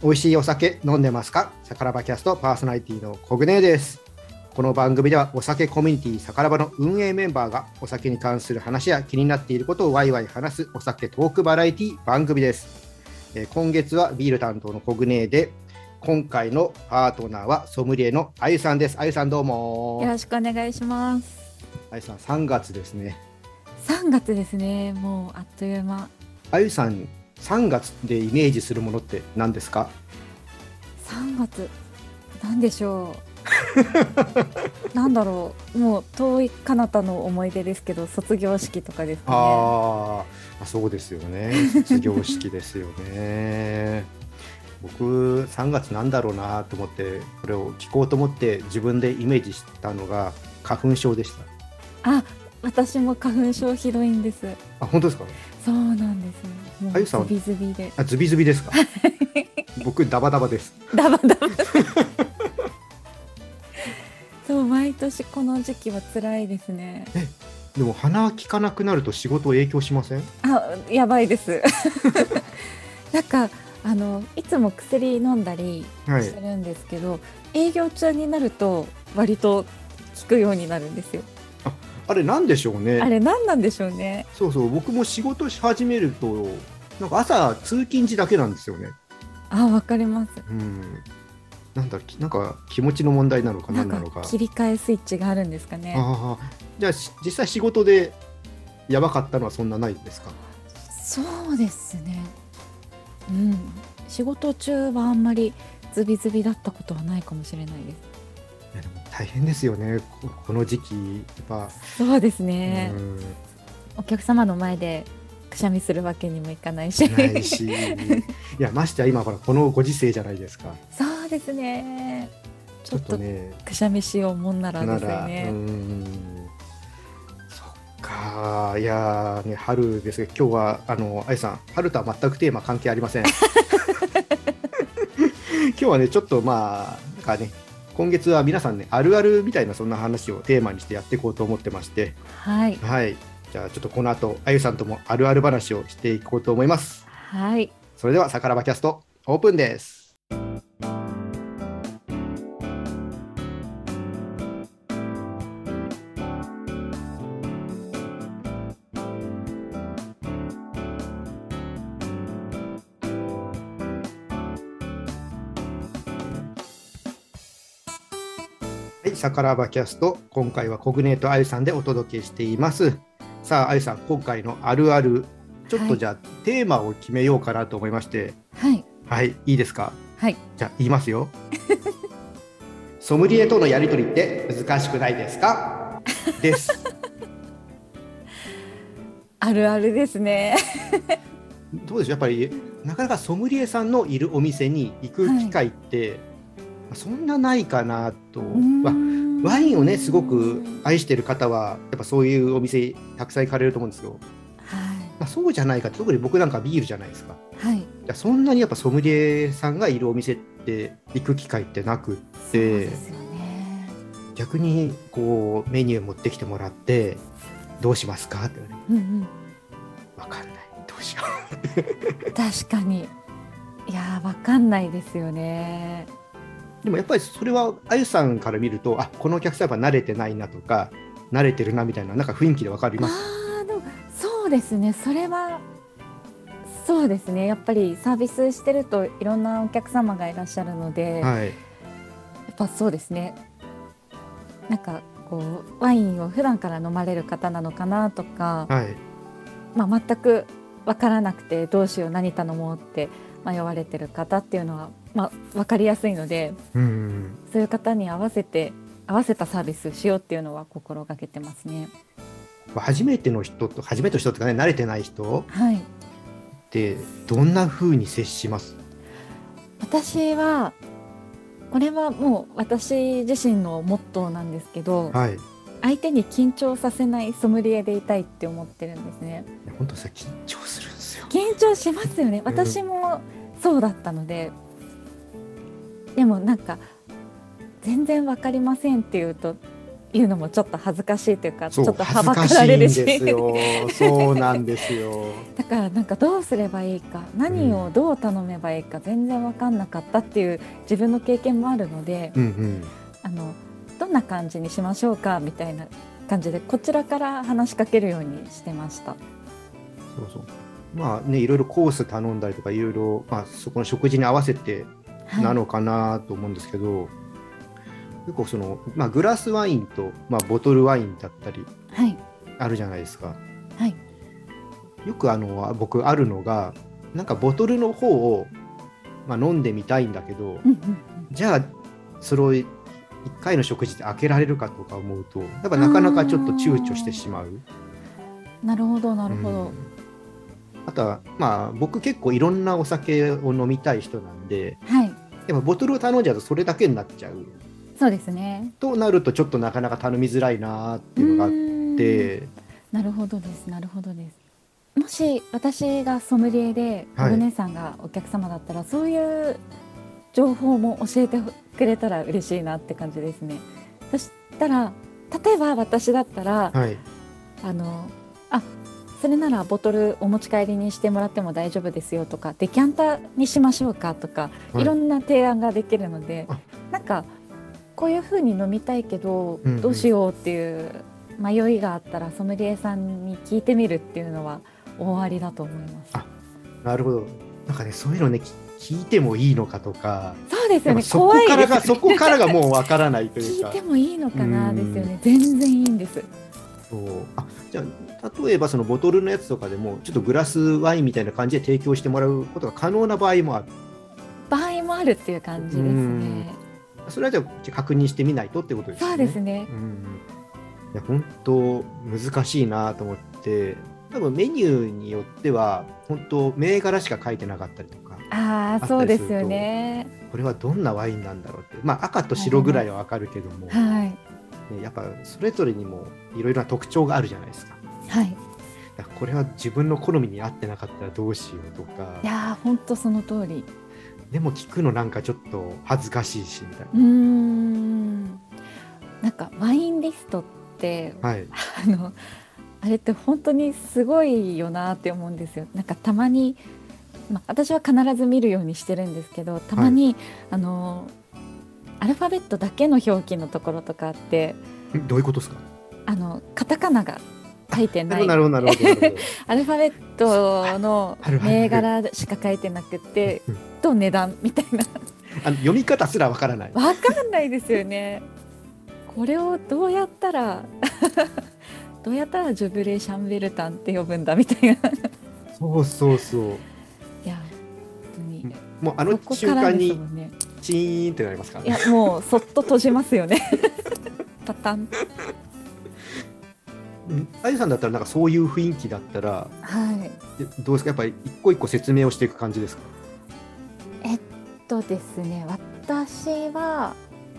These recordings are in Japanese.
美味しいお酒飲んでますか？サカラバキャストパーソナリティのコグネです。この番組ではお酒コミュニティサカラバの運営メンバーがお酒に関する話や気になっていることをワイワイ話すお酒トークバラエティ番組です。今月はビール担当のコグネで、今回のパートナーはソムリエのあゆさんです。あゆさんどうも。 よろしくお願いします。 あゆさん3月ですね。 3月ですね。もうあっという間。 あゆさん3月でイメージするものって何ですか 3月なんでしょう。なんだろう。もう遠い彼方の思い出ですけど、卒業式とかですかね。 そうですよね。卒業式ですよね。僕3月なんだろうなと思ってこれを聞こうと思って自分でイメージしたのが花粉症でした。 私も花粉症ひどいんです。 本当ですか？ そうなんです。もうズあゆさんビズビで。 ズビズビですか？僕ダバダバです。 ダバダバ。そう、毎年この時期は辛いですね。 でも鼻効かなくなると仕事影響しません？ やばいです。なんかいつも薬飲んだりしてるんですけど、営業中になると割と効くようになるんですよ。 あれなんでしょうね。 あれ何なんでしょうね。 そうそう、僕も仕事し始めるとなんか朝通勤時だけなんですよね。 わかります。 なんか気持ちの問題なのかな何なのか。 切り替えスイッチがあるんですかね。 じゃあ実際仕事でやばかったのはそんなないですか？ そうですね。仕事中はあんまりズビズビだったことはないかもしれないです。 でも大変ですよね、この時期やっぱ。 そうですね。お客様の前でくしゃみするわけにもいかないし。 いやましてや今ほらこのご時世じゃないですか。 そうですね。ちょっとねくしゃみしようもんならですよね。 そっか。いやね、春ですけど今日はあゆさん、春とは全くテーマ関係ありません。今日はねちょっとなんかね、今月は皆さんねあるあるみたいなそんな話をテーマにしてやっていこうと思ってまして、 はい、 じゃあちょっとこの後あゆさんともあるある話をしていこうと思います。 はい。 それではサカラバキャストオープンです。サカラバキャスト、今回はコグネとあゆさんでお届けしています。さああゆさん、今回のあるあるちょっとじゃあ、テーマを決めようかなと思いまして。いいですか？じゃあ言いますよ。ソムリエとのやり取りって難しくないですか？です。 あるあるですね。 どうでしょう、やっぱりなかなかソムリエさんのいるお店に行く機会って、そんなないかなと。ワインをねすごく愛している方はやっぱそういうお店たくさん行かれると思うんですよ。そうじゃないか、特に僕なんかビールじゃないですか。そんなにやっぱソムリエさんがいるお店って行く機会ってなくって、逆にこうメニュー持ってきてもらってどうしますかって言われて、分かんない、どうしよう。 確かに。いや分かんないですよね。 でもやっぱりそれはあゆさんから見ると、このお客さんは慣れてないなとか慣れてるなみたいな、なんか雰囲気で分かります？ でもそうですね。それはそうですね。やっぱりサービスしてるといろんなお客様がいらっしゃるので、やっぱそうですね。なんかこうワインを普段から飲まれる方なのかなとか、全く分からなくてどうしよう何頼もうって迷われてる方っていうのは、分かりやすいので、そういう方に合わせたサービスしようっていうのは心がけてますね。 初めての人とかね、慣れてない人ってどんな風に接します？ 私はこれはもう私自身のモットーなんですけど、相手に緊張させないソムリエでいたいって思ってるんですね。 本当緊張するんですよ。 緊張しますよね。私もそうだったので、でもなんか全然わかりませんっていうと言うのもちょっと恥ずかしいというか、ちそうょっとはばかられるし、 恥ずかしいんですよ。そうなんですよ。 だからなんかどうすればいいか、何をどう頼めばいいか全然分かんなかったっていう自分の経験もあるので、 うんうん、 どんな感じにしましょうかみたいな感じでこちらから話しかけるようにしてました。 そうそう、まあね、いろいろコース頼んだりとかいろいろ、まあ、そこの食事に合わせてなのかなと思うんですけど、はい、結構その、まあ、グラスワインと、まあ、ボトルワインだったりあるじゃないですか。 はい、 よく僕あるのが、なんかボトルの方を、まあ、飲んでみたいんだけど、じゃあそれを1回の食事で開けられるかとか思うと、やっぱなかなかちょっと躊躇してしまう。 なるほどなるほど。 あとは、まあ、僕結構いろんなお酒を飲みたい人なんで、 はい、 やっぱボトルを頼んじゃうとそれだけになっちゃう。 そうですね。 となるとちょっとなかなか頼みづらいなっていうのがあって。 なるほどですなるほどです。もし私がソムリエでお姉さんがお客様だったら、はい、そういう情報も教えてくれたら嬉しいなって感じですね。そしたら例えば私だったら、はい、それならボトルお持ち帰りにしてもらっても大丈夫ですよとか、デキャンターにしましょうかとか、はい、いろんな提案ができるので、なんかこういう風に飲みたいけどどうしようっていう迷いがあったらソムリエさんに聞いてみるっていうのは大ありだと思います。 なるほど。なんかね、そういうのね、聞いてもいいのかとか。 そうですよね。 そこからがもうわからないというか。 聞いてもいいのかなですよね。全然いいんです。 そう。じゃあ例えばそのボトルのやつとかでもちょっとグラスワインみたいな感じで提供してもらうことが可能な場合もある。 場合もあるっていう感じですね。 それはじゃあ確認してみないとってことですね。 そうですね。 いや本当難しいなと思って、多分メニューによっては本当銘柄しか書いてなかったりとか。 そうですよね。 これはどんなワインなんだろうって、まあ赤と白ぐらいはわかるけども、 はい、 やっぱそれぞれにもいろいろな特徴があるじゃないですか。 はい。 これは自分の好みに合ってなかったらどうしようとか。 いや本当その通り。 でも聞くのなんかちょっと恥ずかしいしみたいな。 なんかワインリストって、 はい、 あれって本当にすごいよなって思うんですよ。なんかたまに、私は必ず見るようにしてるんですけど、たまに、はい、アルファベットだけの表記のところとかあって。 どういうことですか？ カタカナが書いてないなるほどアルファベットの銘柄しか書いてなくてと値段みたいな読み方すらわからない。 わかんないですよね。これをどうやったらジュブレーシャンベルタンって呼ぶんだみたいなそうそうそう。 いやもう瞬間にチーンってなりますからね。 いやもうそっと閉じますよねパタン。 あゆさんだったらなんかそういう雰囲気だったら、 はい、 どうですか？やっぱり一個一個説明をしていく感じですか？ ですね、私は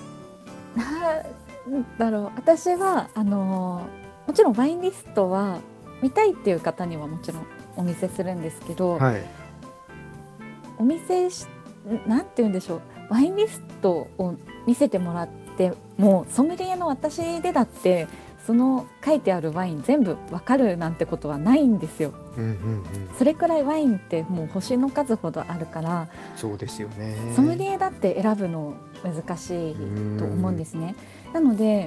私はもちろんワインリストは見たいっていう方にはもちろんお見せするんですけど、はい、お見せなんて言うんでしょう、ワインリストを見せてもらってもソムリエの私でだってその書いてあるワイン全部わかるなんてことはないんですよ。それくらいワインってもう星の数ほどあるから。 そうですよね。 ソムリエだって選ぶの難しいと思うんですね。なので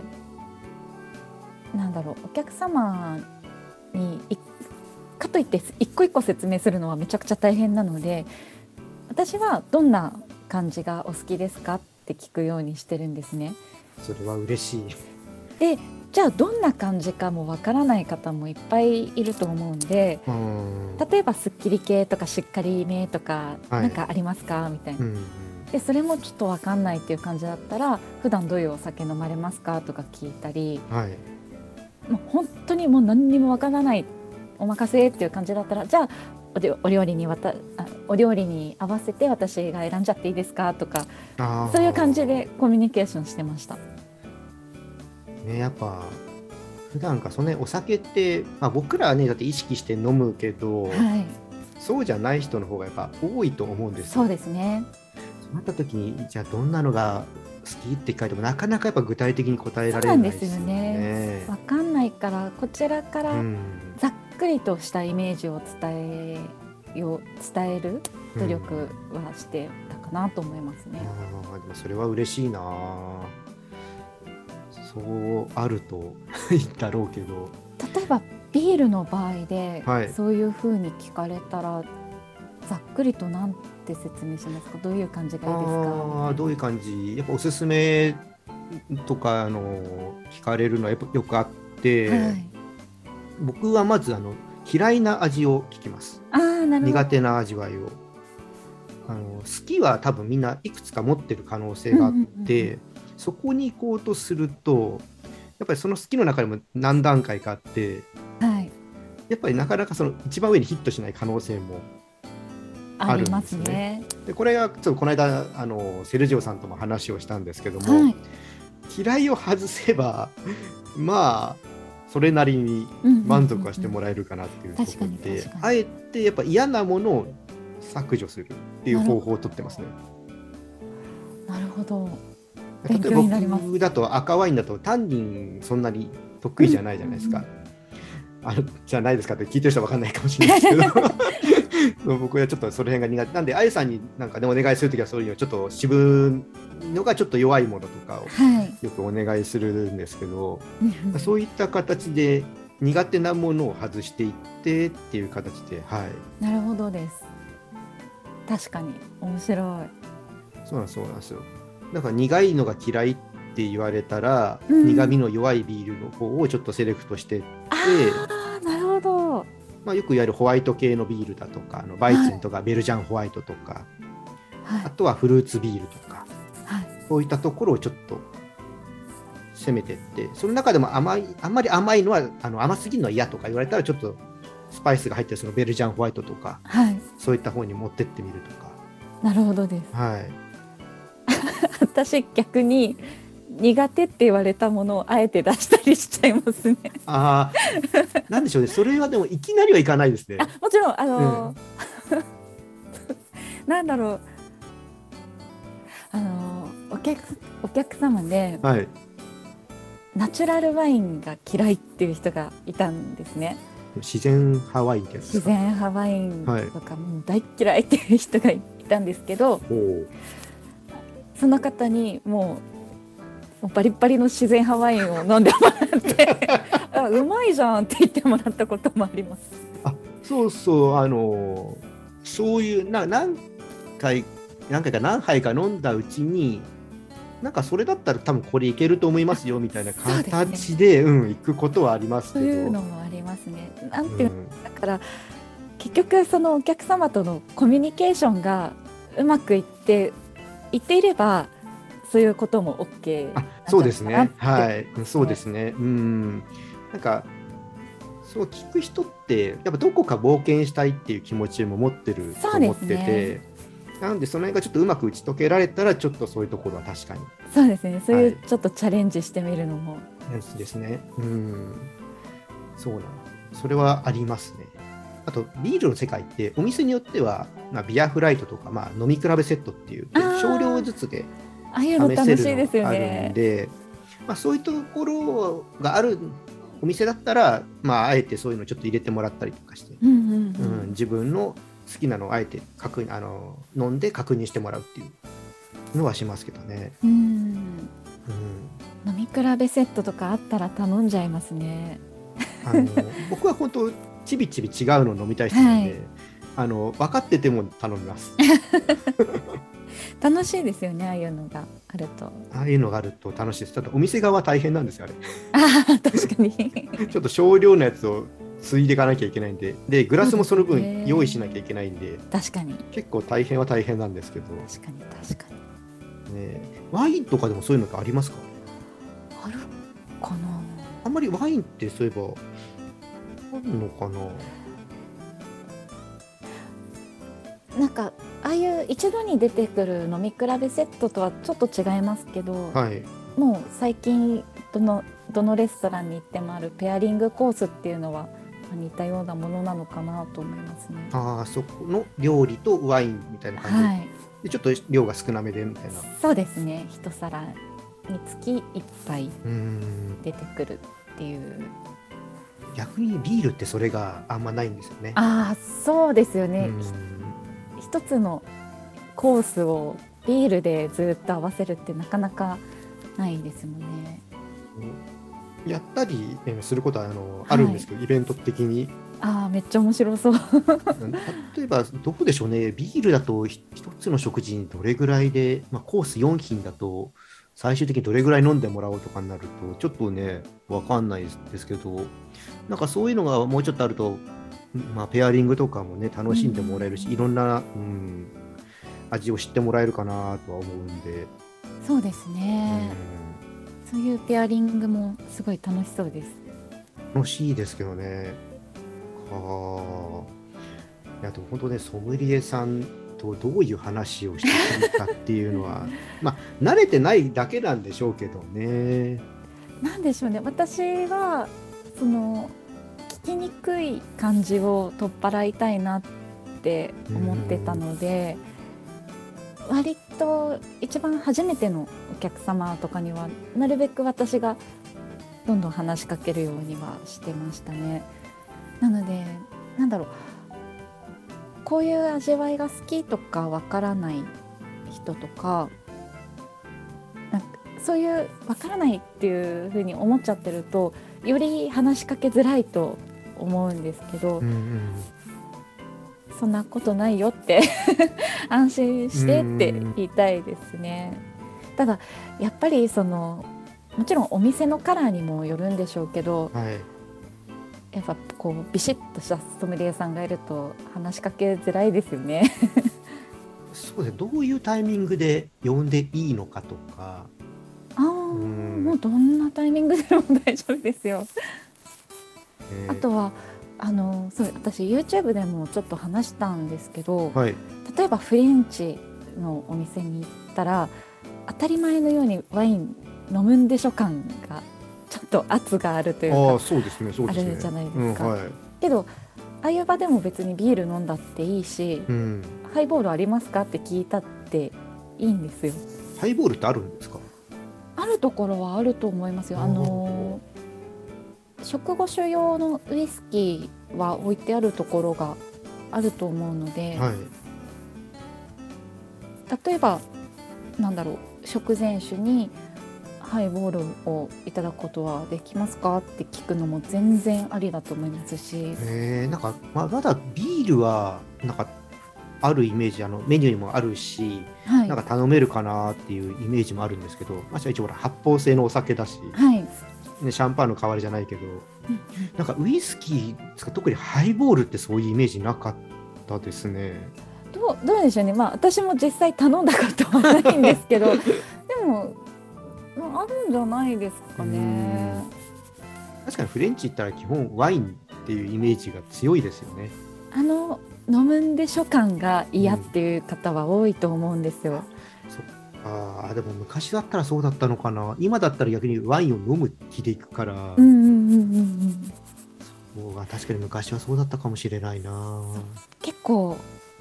お客様にかといって一個一個説明するのはめちゃくちゃ大変なので、私はどんな感じがお好きですかって聞くようにしてるんですね。 それは嬉しい。 でじゃあどんな感じかもわからない方もいっぱいいると思うんで、例えばすっきり系とかしっかりめとかなんかありますかみたいな、でそれもちょっとわかんないっていう感じだったら普段どういうお酒飲まれますかとか聞いたり、もう本当にもう何にもわからないお任せっていう感じだったら、じゃあお料理に合わせて私が選んじゃっていいですかとか、そういう感じでコミュニケーションしてました。 やっぱ普段かお酒って、僕らはねだって意識して飲むけど、そうじゃない人の方がやっぱ多いと思うんですよ。 そうですね。 そうなった時にじゃあどんなのが好きって聞かれてもなかなかやっぱ具体的に答えられないですよね。 そうなんですよね。わかんないからこちらからざっくりとしたイメージを伝える努力はしてたかなと思いますね。 でもそれは嬉しいな。そうあるといいんだろうけど、 例えばビールの場合で、 はい、 そういうふうに聞かれたらざっくりとなんて説明しますか？どういう感じがいいですか？ どういう感じ、やっぱおすすめとか聞かれるのはやっぱよくあって、はい、僕はまず嫌いな味を聞きます。苦手な味わいを。好きは多分みんないくつか持ってる可能性があって、そこに行こうとするとやっぱりその好きの中でも何段階かあって、はい、やっぱりなかなかその一番上にヒットしない可能性もあるんですね。でこれがちょっとこの間セルジオさんとも話をしたんですけども、はい、嫌いを外せばまあそれなりに満足はしてもらえるかなっていうところで、あえてやっぱ嫌なものを削除するっていう方法をとってますね。 なるほど。 例えば僕だと赤ワインだとタンニンそんなに得意じゃないじゃないですか。じゃないですかって聞いてる人は分かんないかもしれないですけど僕はちょっとその辺が苦手なんで、あゆさんになんかねお願いするときはそういうのちょっと渋のがちょっと弱いものとかをよくお願いするんですけど、はい、そういった形で苦手なものを外していってっていう形で、はい、 なるほどです。確かに面白い。 そうなんですよ。だから苦いのが嫌いって言われたら、苦味の弱いビールの方をちょっとセレクトしていって、 なるほど。 まあ、よくいわゆるホワイト系のビールだとかバイツェンとかベルジャンホワイトとか、はい、あとはフルーツビールとか、はい、そういったところをちょっと攻めていって、その中でもあんまり甘いのは甘すぎるのは嫌とか言われたらちょっとスパイスが入ってるそのベルジャンホワイトとか、はい、そういった方に持ってってみるとか。 なるほどです。 はい、 私逆に苦手って言われたものをあえて出したりしちゃいますね。 なんでしょうね、それはでもいきなりはいかないですね。 もちろんなんだろう、お客様で、はい、ナチュラルワインが嫌いっていう人がいたんですね。 自然派ワインってやつですか？ 自然派ワインとかもう大嫌いっていう人がいたんですけど、その方にもうバリバリの自然派ワインを飲んでもらってうまいじゃんって言ってもらったこともあります。 そうそういう何回か何杯か飲んだうちになんかそれだったら多分これいけると思いますよみたいな形で、行くことはありますけど。 そういうのもありますね。なんていうだから結局そのお客様とのコミュニケーションがうまくいっていればそういうことも OK なんじゃないかなって。 そうですね。はい、そうですね。なんかそう聞く人ってやっぱどこか冒険したいっていう気持ちも持ってると思ってて、なのでその辺がちょっとうまく打ち解けられたらちょっとそういうところは確かに。 そうですね。そういうちょっとチャレンジしてみるのも。 ですね。そうなんです。それはありますね。あとビールの世界ってお店によっては、ビアフライトとか、飲み比べセットっていう少量ずつで試せるのがあるんで、そういうところがあるお店だったら、あえてそういうのをちょっと入れてもらったりとかして、自分の好きなのをあえて飲んで確認してもらうっていうのはしますけどね。 飲み比べセットとかあったら頼んじゃいますね。 僕は本当ちびちび違うの飲みたい人なので、分かってても頼みます。 楽しいですよね、ああいうのがあると。 ああいうのがあると楽しいです。ただお店側は大変なんですよ、あれ。確かにちょっと少量のやつをついでいかなきゃいけないんで、グラスもその分用意しなきゃいけないんで、 確かに結構大変は大変なんですけど。 確かに、 ね、ワインとかでもそういうのってありますか？ あるかな。 あんまりワインってそういえばあるのかな。 なんかああいう一度に出てくる飲み比べセットとはちょっと違いますけど、もう最近どのレストランに行ってもあるペアリングコースっていうのは似たようなものなのかなと思いますね。 そこの料理とワインみたいな感でちょっと量が少なめでみたいな。 そうですね、一皿につき1杯出てくるっていう。 逆にビールってそれがあんまないんですよね。 ああ、そうですよね。一つのコースをビールでずっと合わせるってなかなかないですもんね。 やったりすることはあるんですけど、イベント的に。 めっちゃ面白そう。 例えばどうでしょうね、ビールだと一つの食事にどれぐらいで、コース4品だと最終的にどれぐらい飲んでもらおうとかになるとちょっとね分かんないですけど、なんかそういうのがもうちょっとあると、ペアリングとかもね楽しんでもらえるし、いろんな、味を知ってもらえるかなとは思うんで。 そうですね、そういうペアリングもすごい楽しそうです。 楽しいですけどね。いやでも本当ね、ソムリエさんとどういう話をしてくるかっていうのは慣れてないだけなんでしょうけどね。 なんでしょうね、私はその聞きにくい感じを取っ払いたいなって思ってたので、割と一番初めてのお客様とかにはなるべく私がどんどん話しかけるようにはしてましたね。なのでなんだろう、こういう味わいが好きとかわからない人とか、なんかそういうわからないっていう風に思っちゃってるとより話しかけづらいと思うんですけど、そんなことないよって安心してって言いたいですね。ただやっぱりもちろんお店のカラーにもよるんでしょうけど、やっぱこうビシッとしたソムリエさんがいると話しかけづらいですよね。 そうですね、どういうタイミングで呼んでいいのかとか。 もうどんなタイミングでも大丈夫ですよ。あとはそう私 YouTube でもちょっと話したんですけど、例えばフレンチのお店に行ったら当たり前のようにワイン飲むんでしょ感がちょっと圧があるというか、 そうですね、 あるじゃないですか。けどああいう場でも別にビール飲んだっていいし、ハイボールありますかって聞いたっていいんですよ。 ハイボールってあるんですか？ あるところはあると思いますよ。食後酒用のウイスキーは置いてあるところがあると思うので、例えばなんだろう、食前酒にハイボールをいただくことはできますかって聞くのも全然ありだと思いますし、 なんかまだビールはなんかあるイメージ、メニューにもあるし、なんか頼めるかなっていうイメージもあるんですけど、一応ほら発泡性のお酒だし、シャンパンの代わりじゃないけど、なんかウイスキーですか、特にハイボールってそういうイメージなかったですね。 どうでしょうね。私も実際頼んだことはないんですけどでもあるんじゃないですかね。 確かにフレンチ行ったら基本ワインっていうイメージが強いですよね。 飲むんでしょ感が嫌っていう方は多いと思うんですよ。 でも昔だったらそうだったのかな。今だったら逆にワインを飲む気でいくから、確かに昔はそうだったかもしれないな。 結構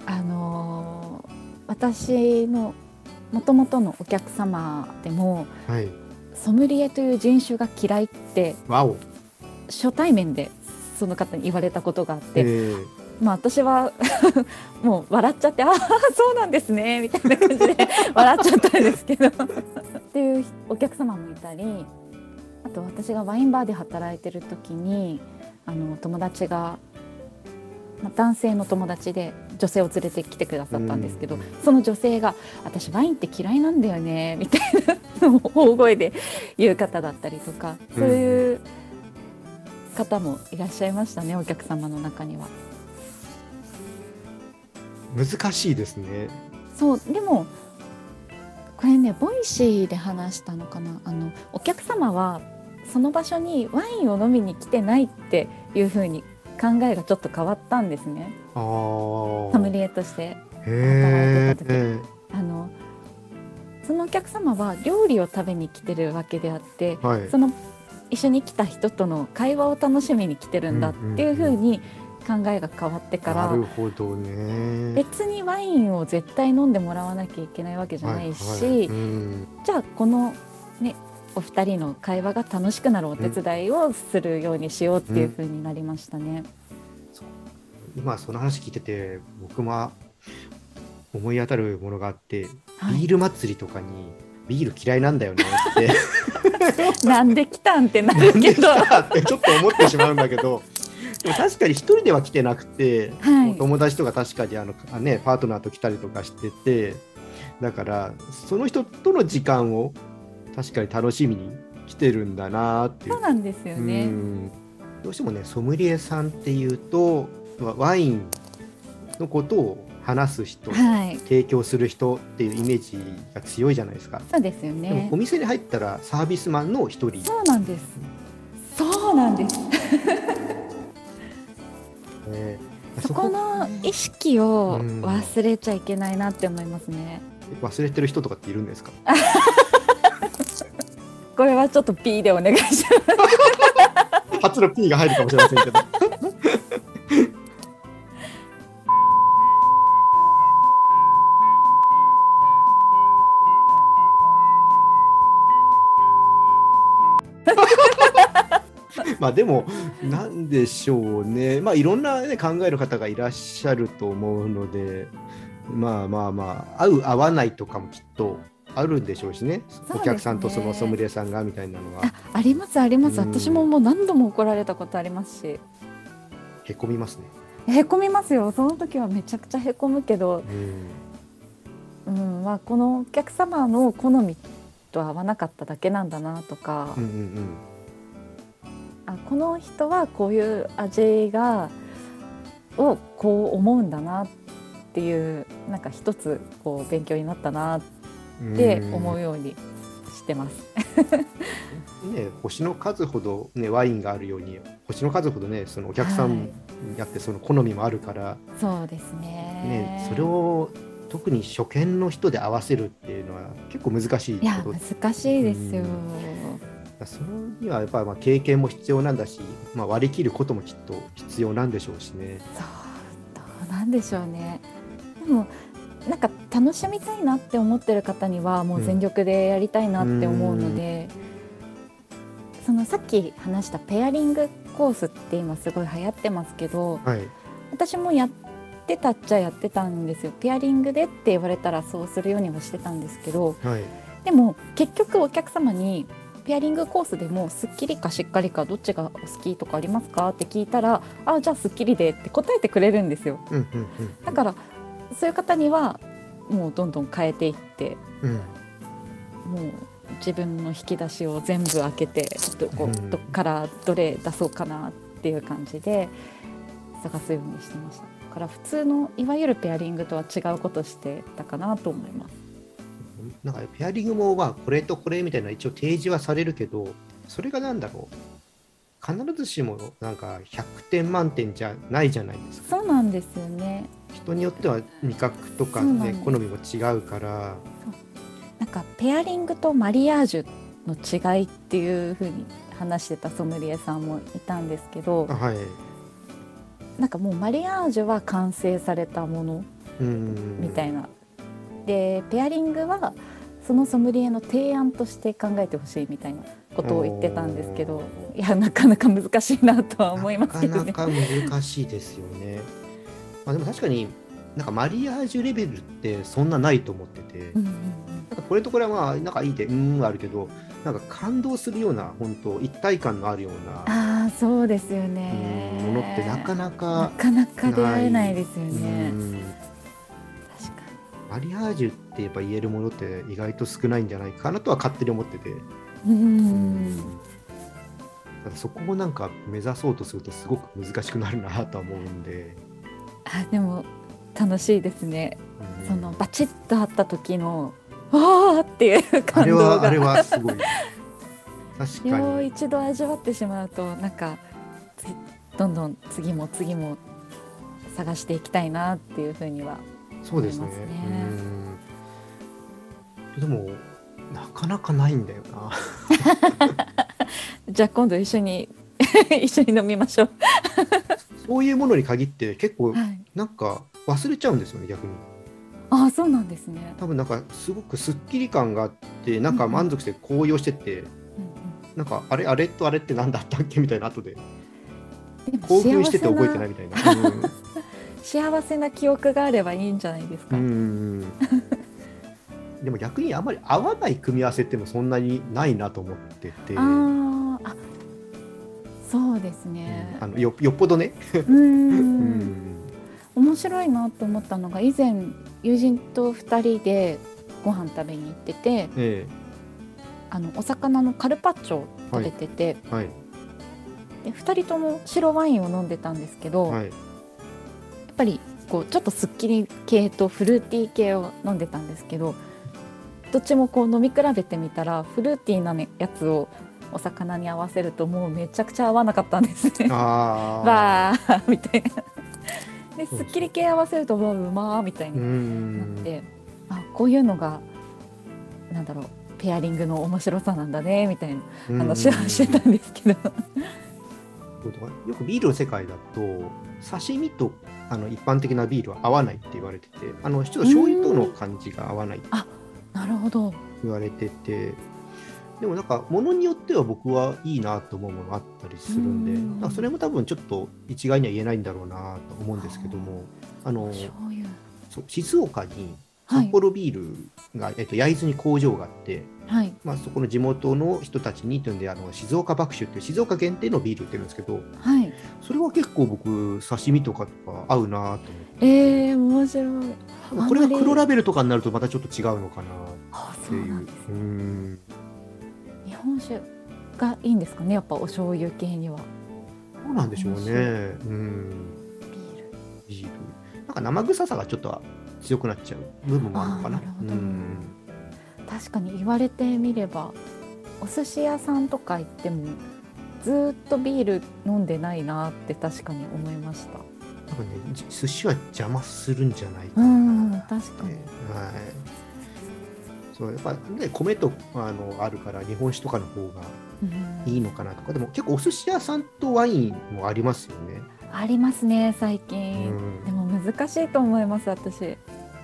私の元々のお客様でも、ソムリエという人種が嫌いって初対面でその方に言われたことがあって、私はもう笑っちゃって、そうなんですねみたいな感じで笑っちゃったんですけどっていうお客様もいたり、あと私がワインバーで働いてる時に友達が、男性の友達で女性を連れてきてくださったんですけど、その女性が私ワインって嫌いなんだよねみたいなのを大声で言う方だったりとか、そういう方もいらっしゃいましたね、お客様の中には。 難しいですね。 そう、でもこれね、ボイシーで話したのかな、お客様はその場所にワインを飲みに来てないっていう風に考えがちょっと変わったんですね。ソムリエとして働いてた時、そのお客様は料理を食べに来てるわけであって、その一緒に来た人との会話を楽しみに来てるんだっていう風に考えが変わってから、 なるほどね。 別にワインを絶対飲んでもらわなきゃいけないわけじゃないし、じゃあこのねお二人の会話が楽しくなるお手伝いをするようにしようっていう風になりましたね。 今その話聞いてて僕も思い当たるものがあって、ビール祭りとかにビール嫌いなんだよねってなんで来たんってなるけどってちょっと思ってしまうんだけどでも確かに一人では来てなくて、友達とか確かにパートナーと来たりとかしてて、だからその人との時間を確かに楽しみに来てるんだなっていう。 そうなんですよね。 どうしてもねソムリエさんっていうとワインのことを話す人、提供する人っていうイメージが強いじゃないですか。 そうですよね。 でもお店に入ったらサービスマンの一人。 そうなんです。そうなんですそこの意識を忘れちゃいけないなって思いますね。 忘れてる人とかっているんですか？ これはちょっと P でお願いします初の P が入るかもしれませんけどまあでもなんでしょうね、まあいろんな、ね、考える方がいらっしゃると思うので、まあ合う合わないとかもきっとあるんでしょうしね、お客さんとそのソムリエさんがみたいなのは。 ありますあります。私ももう何度も怒られたことありますし。 へこみますね。 へこみますよ。その時はめちゃくちゃへこむけど、まあ、このお客様の好みと合わなかっただけなんだなとか、この人はこういう味をこう思うんだなっていう、なんか一つこう勉強になったなって思うようにしてますね、星の数ほど、ね、ワインがあるように星の数ほどねそのお客さんにあってその好みもあるから、 そうですね。 それを特に初見の人で合わせるっていうのは結構難しいこと。 いや難しいですよ。 そのにはやっぱり経験も必要なんだし、割り切ることもきっと必要なんでしょうしね。 そうどうなんでしょうね。でもなんか楽しみたいなって思ってる方にはもう全力でやりたいなって思うので、そのさっき話したペアリングコースって今すごい流行ってますけど、私もやってたっちゃやってたんですよ。ペアリングでって言われたらそうするようにはしてたんですけど、でも結局お客様にペアリングコースでもスッキリかしっかりかどっちがお好きとかありますかって聞いたら、じゃあスッキリでって答えてくれるんですよ。だからそういう方にはもうどんどん変えていって、もう自分の引き出しを全部開けてどっからどれ出そうかなっていう感じで探すようにしてました。だから普通のいわゆるペアリングとは違うことしてたかなと思います。 なんかペアリングもこれとこれみたいな一応提示はされるけど、それがなんだろう、必ずしもなんか100点満点じゃないじゃないですか。 そうなんですよね。 人によっては味覚とか、ね、好みも違うから。 なんかペアリングとマリアージュの違いっていう風に話してたソムリエさんもいたんですけど、なんかもうマリアージュは完成されたものみたいなで、ペアリングはそのソムリエの提案として考えてほしいみたいなことを言ってたんですけど、いやなかなか難しいなとは思いますけどね。 なかなか難しいですよね。でも確かになんかマリアージュレベルってそんなないと思ってて、なんかこれとこれはなんかいいであるけど、なんか感動するような本当一体感のあるようなそうですよねものってなかなか出会えないですよね。確かにマリアージュってやっぱ言えるものって意外と少ないんじゃないかなとは勝手に思ってて、そこをなんか目指そうとするとすごく難しくなるなとは思うんで。 でも楽しいですね。そのバチッと会った時のわーっていう感動があれはすごい確かにもう一度味わってしまうと、なんかどんどん次も探していきたいなっていうふうには思いますね。そうですね。 でもなかなかないんだよなじゃあ今度一緒に飲みましょうそういうものに限って結構はい、 なんか忘れちゃうんですよね、逆に。 ああ、そうなんですね。 多分なんかすごくスッキリ感があって、なんかうんうん満足して高揚してて、 うんなんかあれとあれって何だったっけみたいな、後でうん、でも興奮してて覚えてないみたいな。 幸せな記憶があればいいんじゃないですか。 でも逆にあんまり合わない組み合わせってもそんなにないなと思ってて、 あ、そうですね。 よっぽどね。 面白いなと思ったのが、以前友人と2人でご飯食べに行ってて、お魚のカルパッチョを食べてて、 はいはい、 で2人とも白ワインを飲んでたんですけど、 はい、 やっぱりこうちょっとすっきり系とフルーティー系を飲んでたんですけど、どっちもこう飲み比べてみたらフルーティーなやつをお魚に合わせるともうめちゃくちゃ合わなかったんですね。わーみたいな。ですっきり系合わせるとわうまーみたいになって、こういうのがなんだろう、ペアリングの面白さなんだねみたいな話をしてたんですけど、 よくビールの世界だと刺身と一般的なビールは合わないって言われてて、ちょっと醤油との感じが合わないってなるほど言われてて、でもなんか物によっては僕はいいなと思うものがあったりするんで、それも多分ちょっと一概には言えないんだろうなと思うんですけども、静岡に札幌ビールが、焼津に工場があって、はい、そこの地元の人たちにというんで静岡爆酒っていう静岡限定のビール売ってるんですけど、はい、それは結構僕刺身とか合うなと思って。 面白い。 これが黒ラベルとかになるとまたちょっと違うのかなっていう。 日本酒がいいんですかね、やっぱお醤油系には。 そうなんでしょうね。ビールなんか生臭さがちょっと強くなっちゃう部分もあるのかな。 確かに言われてみれば、お寿司屋さんとか行ってもずっとビール飲んでないなって確かに思いました。 多分ね、寿司は邪魔するんじゃないかな。 確かに。はい。 そうやっぱね、米とあるから日本酒とかの方がいいのかなとか、でも結構お寿司屋さんとワインもありますよね。 ありますね最近。でも難しいと思います私。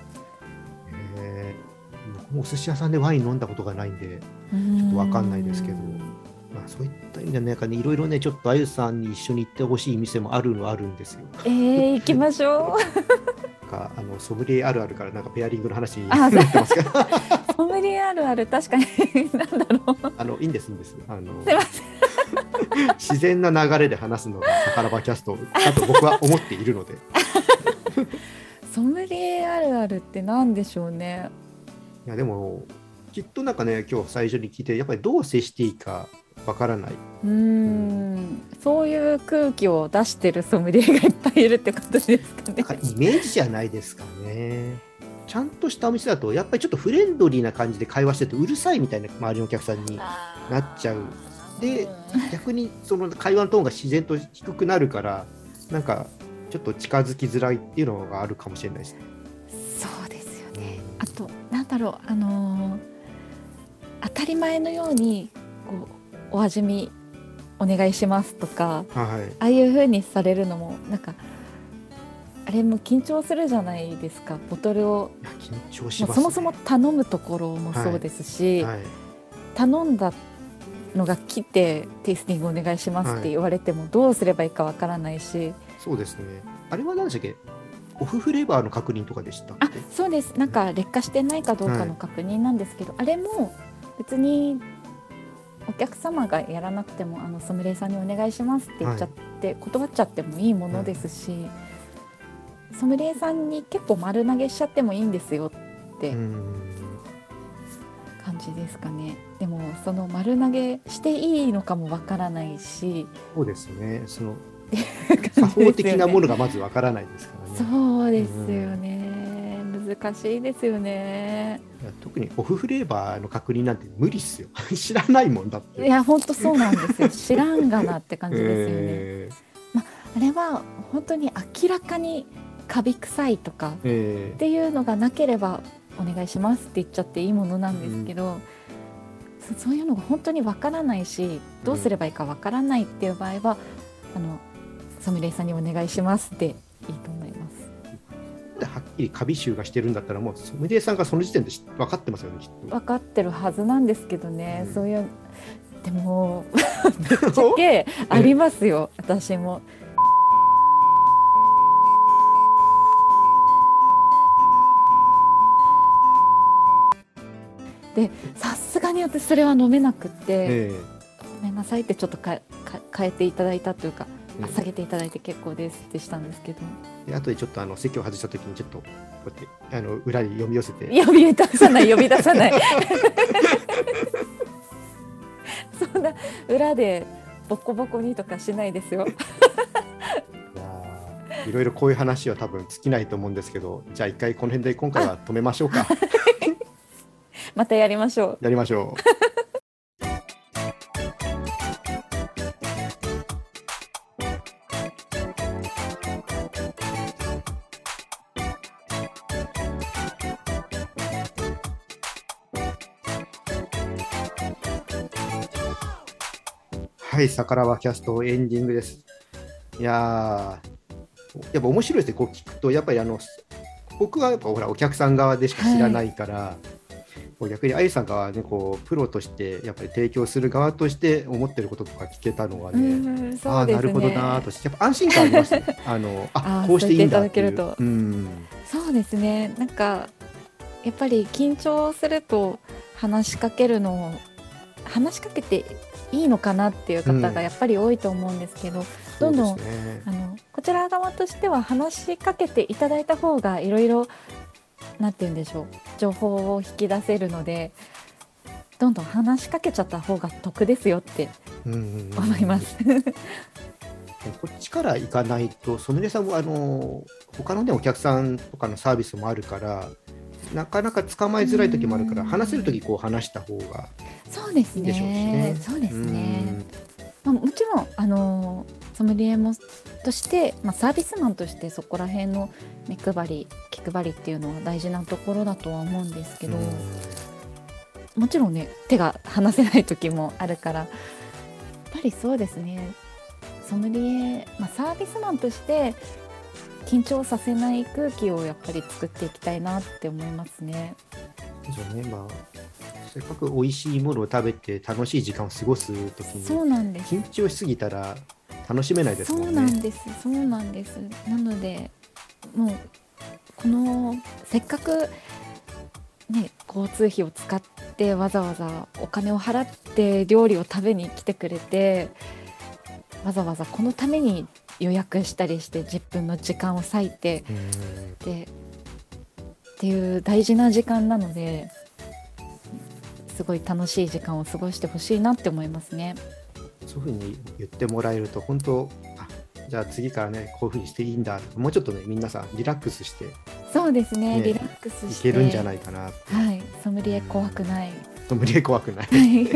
僕もお寿司屋さんでワイン飲んだことがないんでちょっと分かんないですけど、そういった意味でなんかね、いろいろね、ちょっとあゆさんに一緒に行ってほしい店もあるんですよ。 行きましょう。ソムリエあるあるからなんかペアリングの話になってますけど。 ソムリエあるある、確かになんだろう。 いいんです。すいません。自然な流れで話すのがさからばキャストだと僕は思っているので。 ソムリエあるあるって何でしょうね。 いやでもきっとなんかね、今日最初に聞いてやっぱりどう接していいかわからない。 そういう空気を出してるソムリエがいっぱいいるってことですかね。 イメージじゃないですかね。ちゃんとしたお店だとやっぱりちょっとフレンドリーな感じで会話しててうるさいみたいな周りのお客さんになっちゃう。で逆にその会話のトーンが自然と低くなるからなんかちょっと近づきづらいっていうのがあるかもしれないですね。 そうですよね。あとなんだろう、当たり前のようにこうお味見お願いしますとか、ああいう風にされるのもなんかあれも緊張するじゃないですか。ボトルを緊張しますね。 そもそも頼むところもそうですし、頼んだのが来てテイスティングお願いしますって言われてもどうすればいいかわからないし、 そうですね。あれは何でしたっけ、オフフレーバーの確認とかでしたっけ。 そうです。なんか劣化してないかどうかの確認なんですけど、あれも別にお客様がやらなくてもソムリエさんにお願いしますって言っちゃって、断っちゃってもいいものですし、ソムリエさんに結構丸投げしちゃってもいいんですよって感じですかね。でもその丸投げしていいのかもわからないし、 そうですね、その作法的なものがまずわからないですからね。 そうですよね、難しいですよね。 特にオフフレーバーの確認なんて無理っすよ知らないもんだって。 いや本当そうなんですよ知らんがなって感じですよね。あれは本当に明らかにカビ臭いとかっていうのがなければお願いしますって言っちゃっていいものなんですけど、そういうのが本当にわからないしどうすればいいかわからないっていう場合は、 ソムリエさんにお願いしますでいいと思います。 はっきりカビ臭がしてるんだったらもうソムリエさんがその時点で分かってますよね、きっと。 分かってるはずなんですけどね、そういうでもぶっちゃけありますよ私も。でさすがに私それは飲めなくて、ごめんなさいってちょっと変えていただいたというか、下げていただいて結構ですってしたんですけど、 で後でちょっと席を外した時にちょっとこうやって裏に呼び寄せて呼び出さないそんな裏でボコボコにとかしないですよいろいろこういう話は多分尽きないと思うんですけど、じゃあ一回この辺で今回は止めましょうかまたやりましょう。 やりましょう。はい、さからばキャストエンディングです。いややっぱ面白いですね、こう聞くと。やっぱり僕はやっぱほらお客さん側でしか知らないから、こう逆にあゆさんがねこうプロとしてやっぱり提供する側として思ってることとか聞けたのはね、なるほどなとしてやっぱ安心感ありましたねこうしていいんだっていう。 そうですね、なんかやっぱり緊張すると話しかけていいのかなっていう方がやっぱり多いと思うんですけど、どんどんこちら側としては話しかけていただいた方がいろいろなんて言うんでしょう、情報を引き出せるので、どんどん話しかけちゃった方が得ですよって思いますこっちから行かないと、ソムリエさんも他のねお客さんとかのサービスもあるからなかなか捕まえづらい時もあるから、話せる時こう話した方がいいでしょうしね。 そうですね。もちろんソムリエもとして、サービスマンとしてそこら辺の目配り気配りっていうのは大事なところだとは思うんですけど、もちろんね手が離せない時もあるから、やっぱりそうですね、ソムリエ、サービスマンとして緊張させない空気をやっぱり作っていきたいなって思いますね。 そうね、せっかく美味しいものを食べて楽しい時間を過ごすときに緊張しすぎたら楽しめないですもんね。 そうなんです。なのでもうこのせっかくね交通費を使ってわざわざお金を払って料理を食べに来てくれて、わざわざこのために予約したりして10分の時間を割いてっていう大事な時間なので、すごい楽しい時間を過ごしてほしいなって思いますね。 そういうふうに言ってもらえると本当、じゃあ次からねこういうふうにしていいんだとか、もうちょっとね皆さんリラックスして、 そうですね、リラックスしていけるんじゃないかなって。 はい、ソムリエ怖くない。 ソムリエ怖くない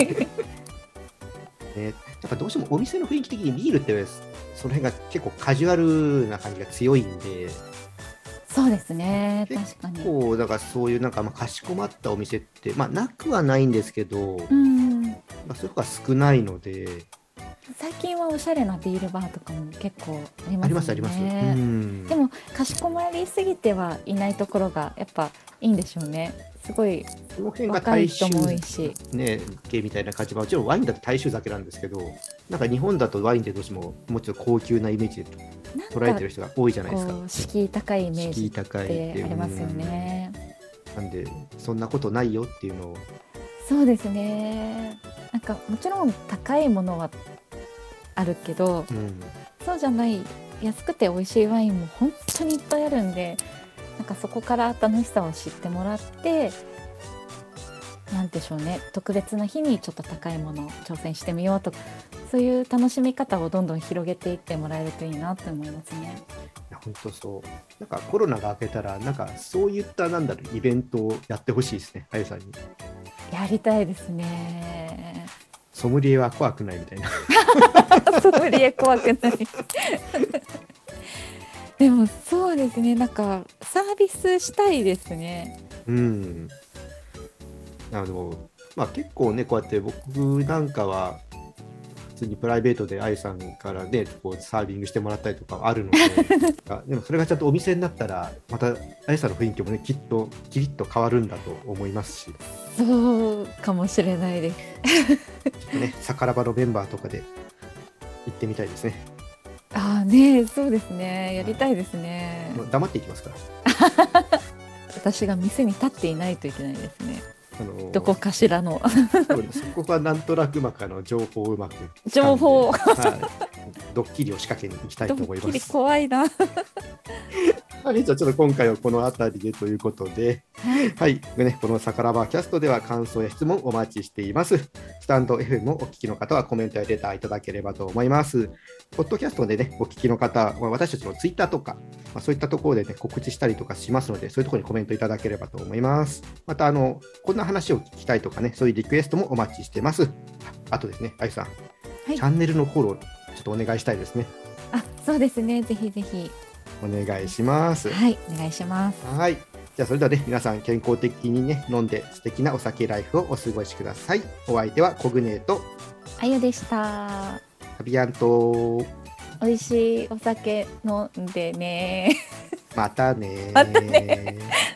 やっぱどうしてもお店の雰囲気的にビールってその辺が結構カジュアルな感じが強いんで。 そうですね、確かに。 結構だからそういうなんかかしこまったお店ってなくはないんですけど、そういうのが少ないので。 最近はおしゃれなビールバーとかも結構ありますよね。 あります。 でもかしこまりすぎてはいないところがやっぱいいんでしょうね。すごい若い人も多いし、 ね、系みたいな感じはもちろんワインだと大衆酒なんですけど、なんか日本だとワインってどうしてももうちょっと高級なイメージで捉えてる人が多いじゃないですか。 敷居高いイメージってありますよね。 なんでそんなことないよっていうのを。 そうですね、なんかもちろん高いものはあるけど、そうじゃない安くて美味しいワインも本当にいっぱいあるんで、なんかそこから楽しさを知ってもらって、なんでしょうね、特別な日にちょっと高いものを挑戦してみようとか、そういう楽しみ方をどんどん広げていってもらえるといいなと思いますね。 本当そう。なんかコロナが明けたらなんかそういったイベントをやってほしいですね、あゆさんに。 やりたいですね。 ソムリエは怖くないみたいなソムリエ怖くないでもそうですね、なんかサービスしたいですね。 結構ねこうやって僕なんかは普通にプライベートであゆさんからねこうサービングしてもらったりとかあるのででもそれがちゃんとお店になったらまたあゆさんの雰囲気もねきっとキリッと変わるんだと思いますし、 そうかもしれないです。 ちょっとねサカラバのメンバーとかで行ってみたいですね。 ああね、そうですね、やりたいですね。 もう黙っていきますから私が店に立っていないといけないですね。どこかしらのそこはなんとなく情報をうまく情報、 はい、ドッキリを仕掛けに行きたいと思います。 ドッキリ怖いなじゃあちょっと今回はこの辺りでということで、はいね、このサカラバキャストでは感想や質問お待ちしています。スタンド FM をお聞きの方はコメントやレターいただければと思います。ポッドキャストでね、お聞きの方は私たちのツイッターとか、そういったところでね、告知したりとかしますので、そういうところにコメントいただければと思います。また、こんな話を聞きたいとかね、そういうリクエストもお待ちしてます。あとですね、あゆさん、チャンネルのフォロー、ちょっとお願いしたいですね。 そうですね、ぜひぜひ。 お願いします。 はい、お願いします。 はい。じゃあそれではね、皆さん健康的にね、飲んで素敵なお酒ライフをお過ごしください。お相手はコグネとあゆでした。 アビアント。 美味しいお酒飲んでね。 またね。 またね。